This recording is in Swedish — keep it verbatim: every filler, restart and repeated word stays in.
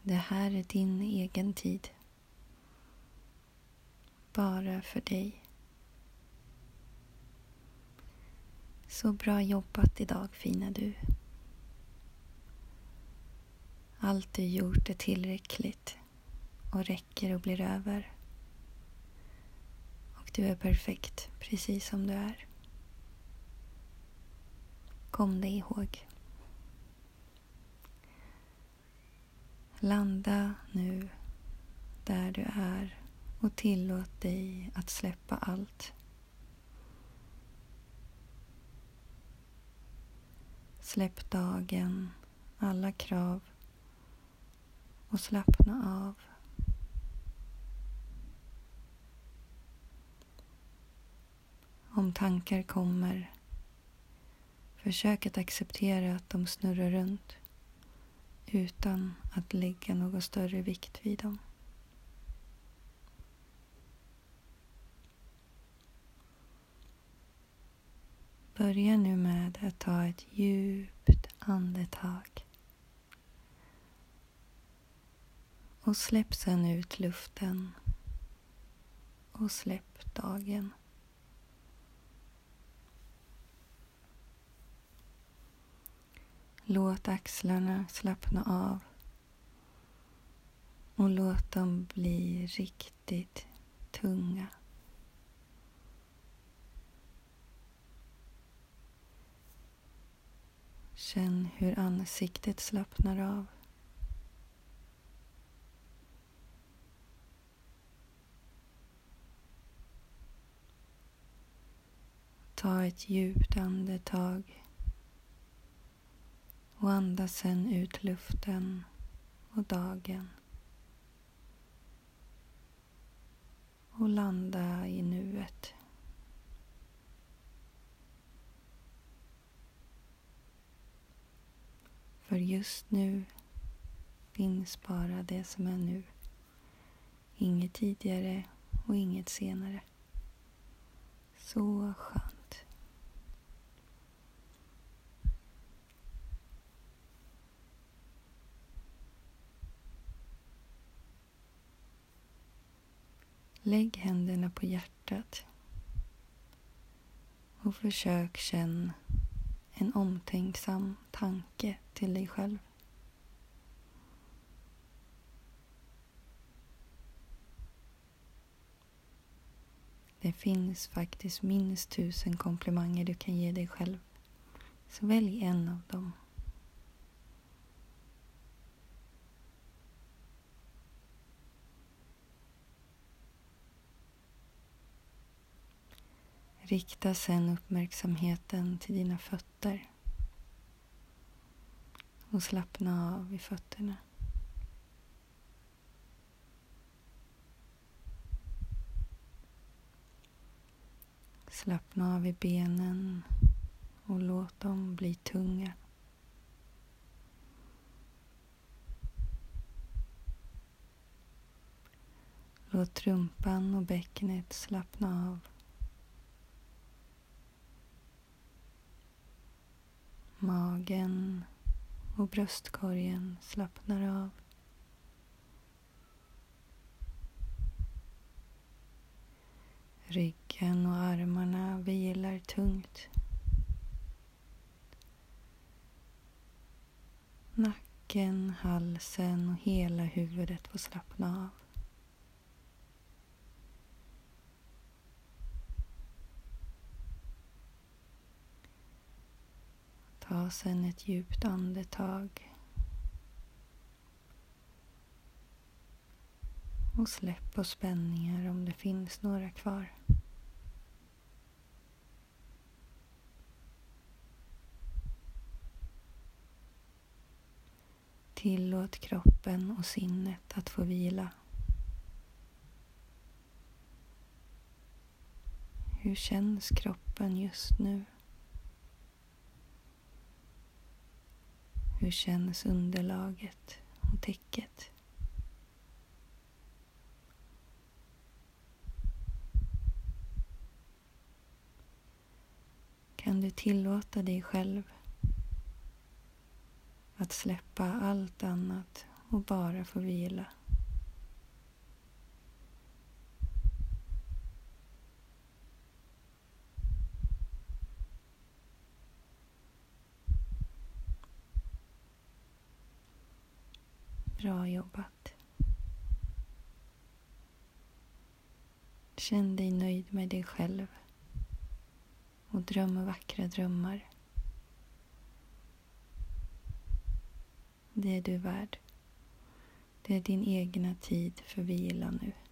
Det här är din egen tid. Bara för dig. Så bra jobbat idag, fina du. Allt du gjort är tillräckligt och räcker och blir över. Och du är perfekt, precis som du är. Kom dig ihåg. Landa nu där du är och tillåt dig att släppa allt. Släpp dagen, alla krav och slappna av. Om tankar kommer, försök att acceptera att de snurrar runt utan att lägga någon större vikt vid dem. Börja nu med att ta ett djupt andetag. Och släpp sedan ut luften. Och släpp dagen. Låt axlarna slappna av. Och låt dem bli riktigt tunga. Känn hur ansiktet slappnar av. Ta ett djupt andetag och andas sedan ut luften och dagen. Och landa i nuet. För just nu finns bara det som är nu. Inget tidigare och inget senare. Så skönt. Lägg händerna på hjärtat och försök känna en omtänksam tanke till dig själv. Det finns faktiskt minst tusen komplimanger du kan ge dig själv. Så välj en av dem. Rikta sedan uppmärksamheten till dina fötter. Och slappna av i fötterna. Slappna av i benen och låt dem bli tunga. Låt rumpan och bäckenet slappna av. Magen och bröstkorgen slappnar av. Ryggen och armarna vilar tungt. Nacken, halsen och hela huvudet får slappna av. Ta sedan ett djupt andetag. Och släpp på spänningar om det finns några kvar. Tillåt kroppen och sinnet att få vila. Hur känns kroppen just nu? Hur känns underlaget och täcket? Kan du tillåta dig själv att släppa allt annat och bara få vila. Bra jobbat. Känn dig nöjd med dig själv och dröm vackra drömmar. Det är du värd. Det är din egna tid för vila nu.